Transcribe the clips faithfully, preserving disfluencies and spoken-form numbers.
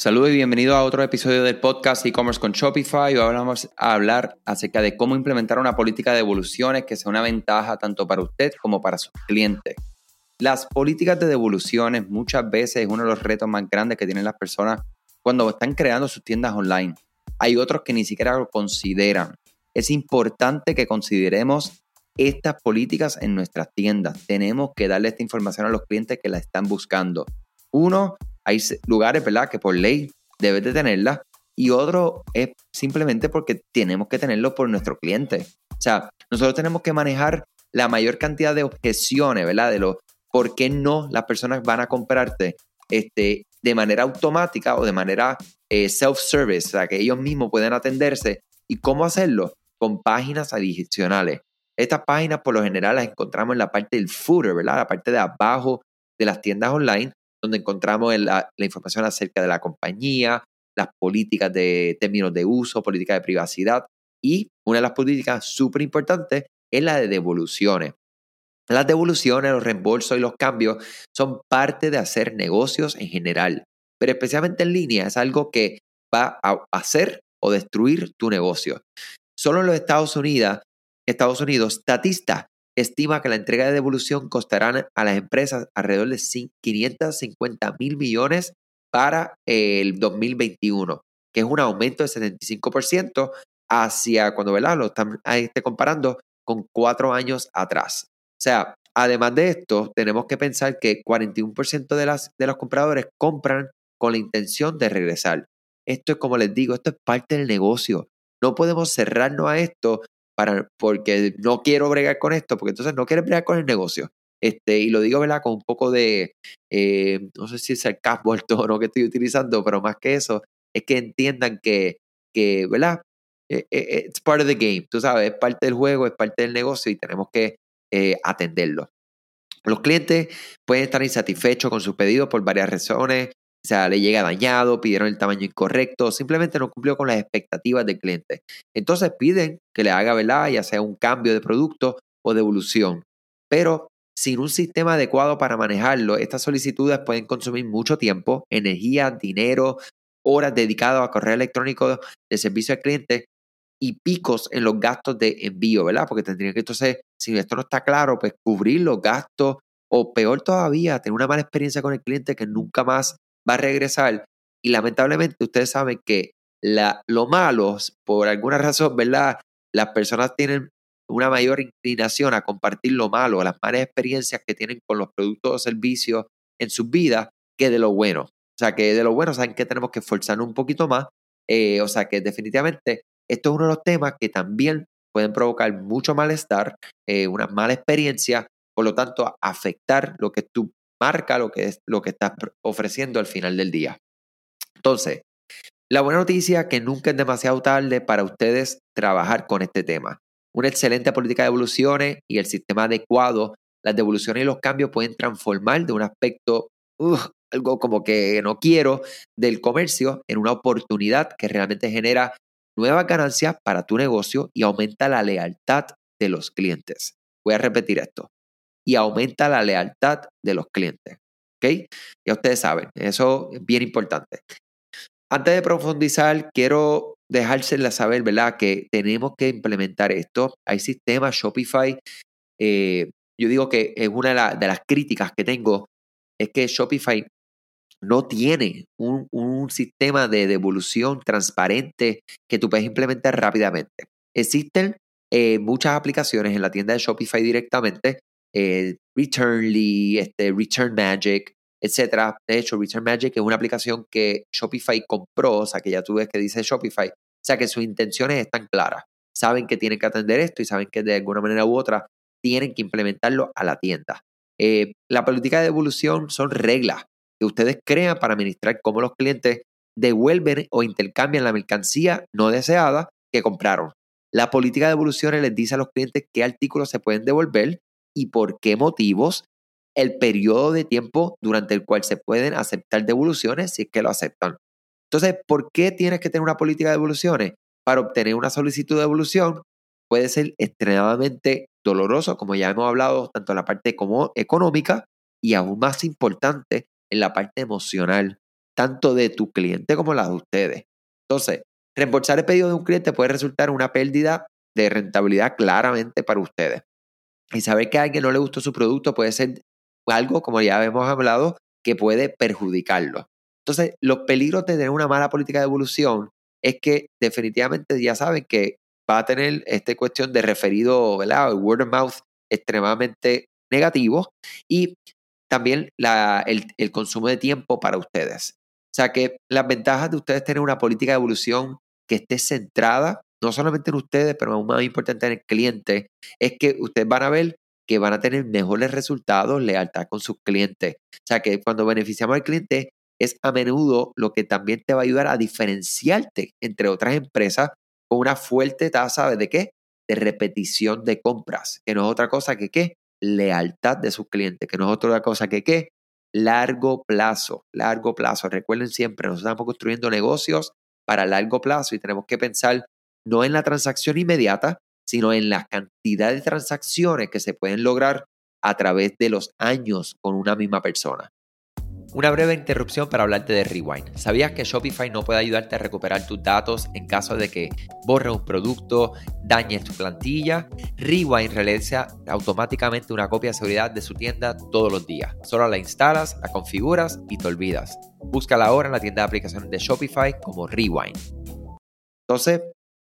Saludos y bienvenido a otro episodio del podcast e-commerce con Shopify. Hoy vamos a hablar acerca de cómo implementar una política de devoluciones que sea una ventaja tanto para usted como para sus clientes. Las políticas de devoluciones muchas veces es uno de los retos más grandes que tienen las personas cuando están creando sus tiendas online. Hay otros que ni siquiera lo consideran. Es importante que consideremos estas políticas en nuestras tiendas. Tenemos que darle esta información a los clientes que la están buscando. Uno, hay lugares, ¿verdad?, que por ley debes de tenerla, y otro es simplemente porque tenemos que tenerlo por nuestro cliente. O sea, nosotros tenemos que manejar la mayor cantidad de objeciones, ¿verdad?, de lo por qué no las personas van a comprarte este, de manera automática o de manera eh, self-service, o sea, que ellos mismos pueden atenderse. ¿Y cómo hacerlo? Con páginas adicionales. Estas páginas por lo general las encontramos en la parte del footer, ¿verdad?, la parte de abajo de las tiendas online, donde encontramos la, la información acerca de la compañía, las políticas de términos de uso, políticas de privacidad, y una de las políticas súper importantes es la de devoluciones. Las devoluciones, los reembolsos y los cambios son parte de hacer negocios en general, pero especialmente en línea es algo que va a hacer o destruir tu negocio. Solo en los Estados Unidos, Estados Unidos, Statista estima que la entrega de devolución costará a las empresas alrededor de quinientos cincuenta mil millones para el dos mil veintiuno, que es un aumento de setenta y cinco por ciento hacia cuando, ¿verdad?, lo están este, comparando con cuatro años atrás. O sea, además de esto, tenemos que pensar que cuarenta y uno por ciento de, las, de los compradores compran con la intención de regresar. Esto es, como les digo, esto es parte del negocio. No podemos cerrarnos a esto para, porque no quiero bregar con esto, porque entonces no quieres bregar con el negocio. Este, y lo digo, ¿verdad?, con un poco de, eh, no sé si es sarcasmo el tono que estoy utilizando, pero más que eso, es que entiendan que, que ¿verdad? Eh, eh, it's part of the game, tú sabes, es parte del juego, es parte del negocio y tenemos que eh, atenderlo. Los clientes pueden estar insatisfechos con su pedido por varias razones. O sea, le llega dañado, pidieron el tamaño incorrecto, simplemente no cumplió con las expectativas del cliente. Entonces piden que le haga, ¿verdad?, ya sea un cambio de producto o devolución. Pero sin un sistema adecuado para manejarlo, estas solicitudes pueden consumir mucho tiempo, energía, dinero, horas dedicadas a correo electrónico de servicio al cliente y picos en los gastos de envío, ¿verdad? Porque tendrían que, entonces, si esto no está claro, pues cubrir los gastos o peor todavía, tener una mala experiencia con el cliente que nunca más va a regresar. Y lamentablemente ustedes saben que la, lo malo, por alguna razón, ¿verdad?, las personas tienen una mayor inclinación a compartir lo malo, las malas experiencias que tienen con los productos o servicios en sus vidas, que de lo bueno. O sea, que de lo bueno saben que tenemos que esforzarnos un poquito más. Eh, o sea, que definitivamente esto es uno de los temas que también pueden provocar mucho malestar, eh, una mala experiencia, por lo tanto, afectar lo que es tu marca, lo que es lo que estás ofreciendo al final del día. Entonces, la buena noticia es que nunca es demasiado tarde para ustedes trabajar con este tema. Una excelente política de devoluciones y el sistema adecuado, las devoluciones y los cambios pueden transformar de un aspecto, uh, algo como que no quiero, del comercio en una oportunidad que realmente genera nuevas ganancias para tu negocio y aumenta la lealtad de los clientes. Voy a repetir esto. Y aumenta la lealtad de los clientes. ¿Ok? Ya ustedes saben, eso es bien importante. Antes de profundizar, quiero dejárselas saber, ¿verdad?, que tenemos que implementar esto. Hay sistemas Shopify. Eh, yo digo que es una de, la, de las críticas que tengo, es que Shopify no tiene un, un sistema de devolución transparente que tú puedes implementar rápidamente. Existen eh, muchas aplicaciones en la tienda de Shopify directamente, eh, Returnly, este, Return Magic, etcétera. De hecho, Return Magic es una aplicación que Shopify compró, o sea, que ya tú ves que dice Shopify, o sea, que sus intenciones están claras. Saben que tienen que atender esto y saben que de alguna manera u otra tienen que implementarlo a la tienda. Eh, la política de devolución son reglas que ustedes crean para administrar cómo los clientes devuelven o intercambian la mercancía no deseada que compraron. La política de devoluciones les dice a los clientes qué artículos se pueden devolver y por qué motivos, el periodo de tiempo durante el cual se pueden aceptar devoluciones si es que lo aceptan. Entonces, ¿por qué tienes que tener una política de devoluciones? Para obtener una solicitud de devolución puede ser extremadamente doloroso, como ya hemos hablado, tanto en la parte como económica y aún más importante, en la parte emocional. tanto de tu cliente como la de ustedes. Entonces, reembolsar el pedido de un cliente puede resultar en una pérdida de rentabilidad claramente para ustedes. Y saber que a alguien no le gustó su producto puede ser algo, como ya hemos hablado, que puede perjudicarlo. Entonces, los peligros de tener una mala política de devolución es que definitivamente ya saben que va a tener esta cuestión de referido, ¿verdad? El word of mouth extremadamente negativo y también la, el, el consumo de tiempo para ustedes. O sea que las ventajas de ustedes tener una política de evolución que esté centrada, no solamente en ustedes, pero aún más importante en el cliente, es que ustedes van a ver que van a tener mejores resultados, lealtad con sus clientes. O sea que cuando beneficiamos al cliente es a menudo lo que también te va a ayudar a diferenciarte entre otras empresas con una fuerte tasa de qué? De repetición de compras, que no es otra cosa que qué? Lealtad de sus clientes, que no es otra cosa que qué? Largo plazo, largo plazo. Recuerden siempre, nosotros estamos construyendo negocios para largo plazo y tenemos que pensar no en la transacción inmediata, sino en la cantidad de transacciones que se pueden lograr a través de los años con una misma persona. Una breve interrupción para hablarte de Rewind. ¿Sabías que Shopify no puede ayudarte a recuperar tus datos en caso de que borres un producto, dañes tu plantilla? Rewind realiza automáticamente una copia de seguridad de su tienda todos los días. Solo la instalas, la configuras y te olvidas. Búscala ahora en la tienda de aplicaciones de Shopify como Rewind. Entonces,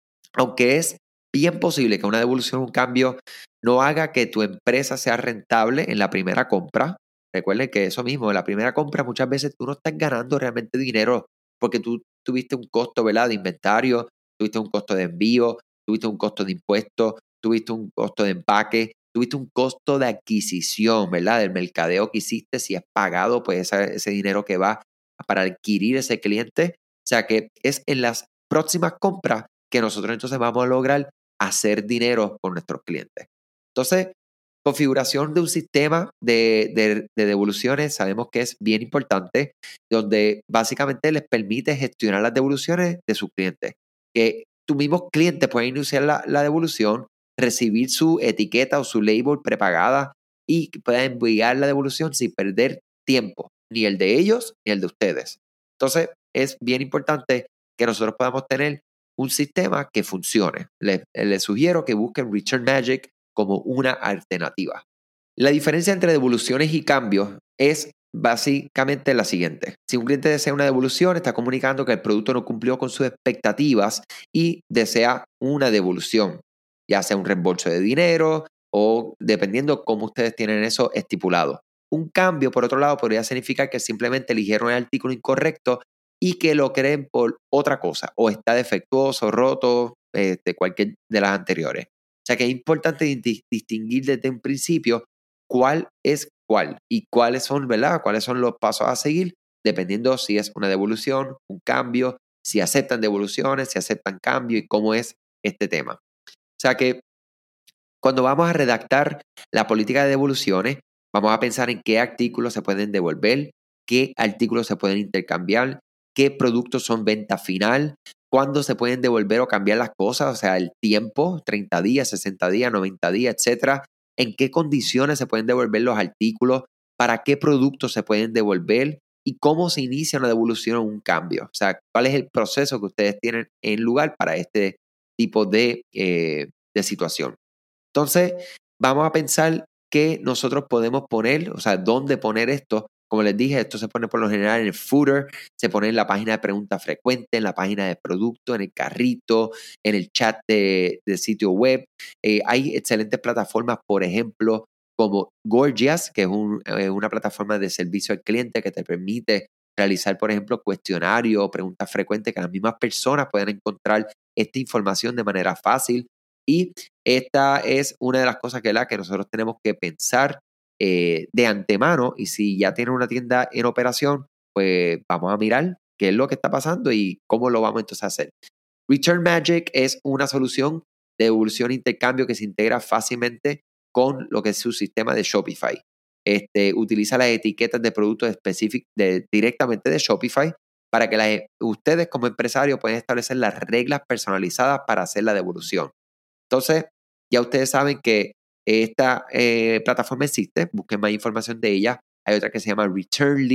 aunque es bien posible que una devolución o un cambio no haga que tu empresa sea rentable en la primera compra, recuerden que eso mismo, en la primera compra muchas veces tú no estás ganando realmente dinero porque tú tuviste un costo, ¿verdad?, de inventario, tuviste un costo de envío, tuviste un costo de impuestos, tuviste un costo de empaque, tuviste un costo de adquisición, ¿verdad?, del mercadeo que hiciste, si es pagado, pues ese, ese dinero que va para adquirir ese cliente. O sea que es en las próximas compras que nosotros entonces vamos a lograr hacer dinero con nuestros clientes. Entonces, configuración de un sistema de, de, de devoluciones sabemos que es bien importante, donde básicamente les permite gestionar las devoluciones de sus clientes. Que tus mismos clientes pueden iniciar la, la devolución, recibir su etiqueta o su label prepagada y pueden enviar la devolución sin perder tiempo, ni el de ellos ni el de ustedes. Entonces, es bien importante que nosotros podamos tener un sistema que funcione. Les, les sugiero que busquen Return Magic como una alternativa. La diferencia entre devoluciones y cambios es básicamente la siguiente. Si un cliente desea una devolución, está comunicando que el producto no cumplió con sus expectativas y desea una devolución, ya sea un reembolso de dinero o dependiendo cómo ustedes tienen eso estipulado. Un cambio, por otro lado, podría significar que simplemente eligieron el artículo incorrecto y que lo creen por otra cosa, o está defectuoso, roto, este, cualquier de las anteriores. O sea que es importante distinguir desde un principio cuál es cuál y cuáles son, ¿verdad? Cuáles son los pasos a seguir, dependiendo si es una devolución, un cambio, si aceptan devoluciones, si aceptan cambio y cómo es este tema. O sea que cuando vamos a redactar la política de devoluciones, vamos a pensar en qué artículos se pueden devolver, qué artículos se pueden intercambiar, qué productos son venta final, cuándo se pueden devolver o cambiar las cosas, o sea, el tiempo, treinta días, sesenta días, noventa días, etcétera, en qué condiciones se pueden devolver los artículos, para qué productos se pueden devolver y cómo se inicia una devolución o un cambio. O sea, cuál es el proceso que ustedes tienen en lugar para este tipo de, eh, de situación. Entonces, vamos a pensar qué nosotros podemos poner, o sea, dónde poner esto. Como les dije, esto se pone por lo general en el footer, se pone en la página de preguntas frecuentes, en la página de producto, en el carrito, en el chat de, de sitio web. Eh, hay excelentes plataformas, por ejemplo, como Gorgias, que es un, eh, una plataforma de servicio al cliente que te permite realizar, por ejemplo, cuestionarios o preguntas frecuentes que las mismas personas pueden encontrar esta información de manera fácil. Y esta es una de las cosas que, la que nosotros tenemos que pensar eh, de antemano, y si ya tienen una tienda en operación, pues vamos a mirar qué es lo que está pasando y cómo lo vamos entonces a hacer. Return Magic es una solución de devolución e intercambio que se integra fácilmente con lo que es su sistema de Shopify. Este, utiliza las etiquetas de productos específicos de, directamente de Shopify para que las, ustedes como empresarios puedan establecer las reglas personalizadas para hacer la devolución. Entonces, ya ustedes saben que esta eh, plataforma existe, busquen más información de ella. Hay otra que se llama Returnly,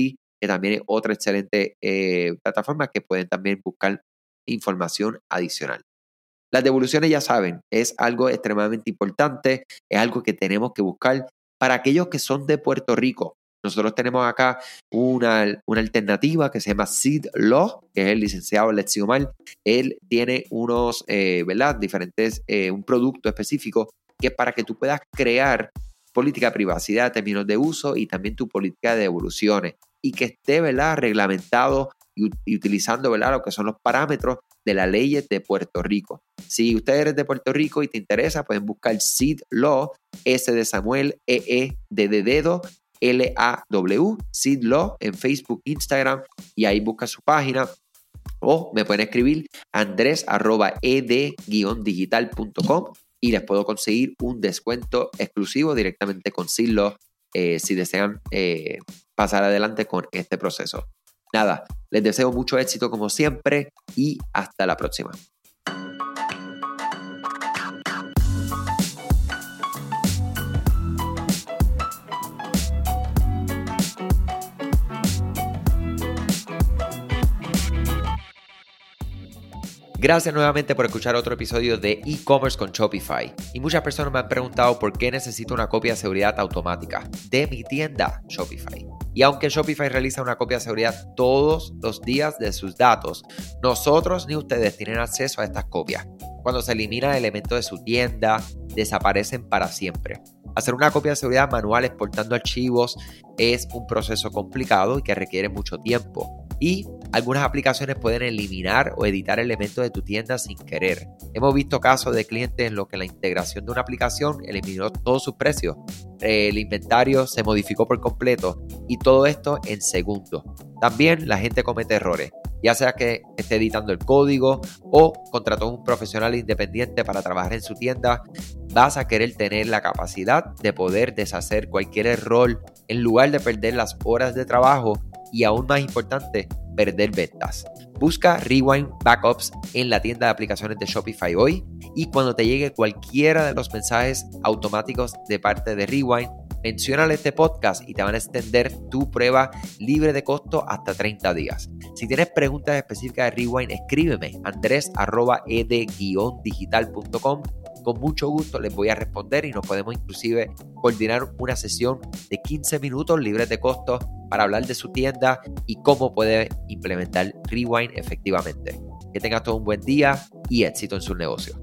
que también es otra excelente eh, plataforma que pueden también buscar información adicional. Las devoluciones, ya saben, es algo extremadamente importante, es algo que tenemos que buscar para aquellos que son de Puerto Rico. Nosotros tenemos acá una, una alternativa que se llama Seed Law, que es el licenciado Lexiomar. Él tiene unos, eh, ¿verdad? Diferentes, eh, un producto específico que es para que tú puedas crear política de privacidad, términos de uso y también tu política de devoluciones y que esté, ¿verdad?, reglamentado y, y utilizando, ¿verdad?, lo que son los parámetros de las leyes de Puerto Rico. Si usted eres de Puerto Rico y te interesa, pueden buscar Seed Law, S de Samuel, E E D de dedo, L A W, Seed Law en Facebook, Instagram, y ahí busca su página. O me pueden escribir andres arroba ed guion digital punto com y les puedo conseguir un descuento exclusivo directamente con Seed Law eh, si desean eh, pasar adelante con este proceso. Nada, les deseo mucho éxito como siempre y hasta la próxima. Gracias nuevamente por escuchar otro episodio de e-commerce con Shopify. Y muchas personas me han preguntado por qué necesito una copia de seguridad automática de mi tienda Shopify. Y aunque Shopify realiza una copia de seguridad todos los días de sus datos, nosotros ni ustedes tienen acceso a estas copias. Cuando se elimina elementos de su tienda, desaparecen para siempre. Hacer una copia de seguridad manual exportando archivos es un proceso complicado y que requiere mucho tiempo. Y algunas aplicaciones pueden eliminar o editar elementos de tu tienda sin querer. Hemos visto casos de clientes en los que la integración de una aplicación eliminó todos sus precios. El inventario se modificó por completo y todo esto en segundos. También la gente comete errores, ya sea que esté editando el código o contrató a un profesional independiente para trabajar en su tienda. Vas a querer tener la capacidad de poder deshacer cualquier error en lugar de perder las horas de trabajo y, aún más importante, perder ventas. Busca Rewind Backups en la tienda de aplicaciones de Shopify hoy y cuando te llegue cualquiera de los mensajes automáticos de parte de Rewind, menciónale este podcast y te van a extender tu prueba libre de costo hasta treinta días. Si tienes preguntas específicas de Rewind, escríbeme andres arroba ed guion digital punto com. Con mucho gusto les voy a responder y nos podemos inclusive coordinar una sesión de quince minutos libres de costo para hablar de su tienda y cómo puede implementar Rewind efectivamente. Que tengas todo un buen día y éxito en su negocio.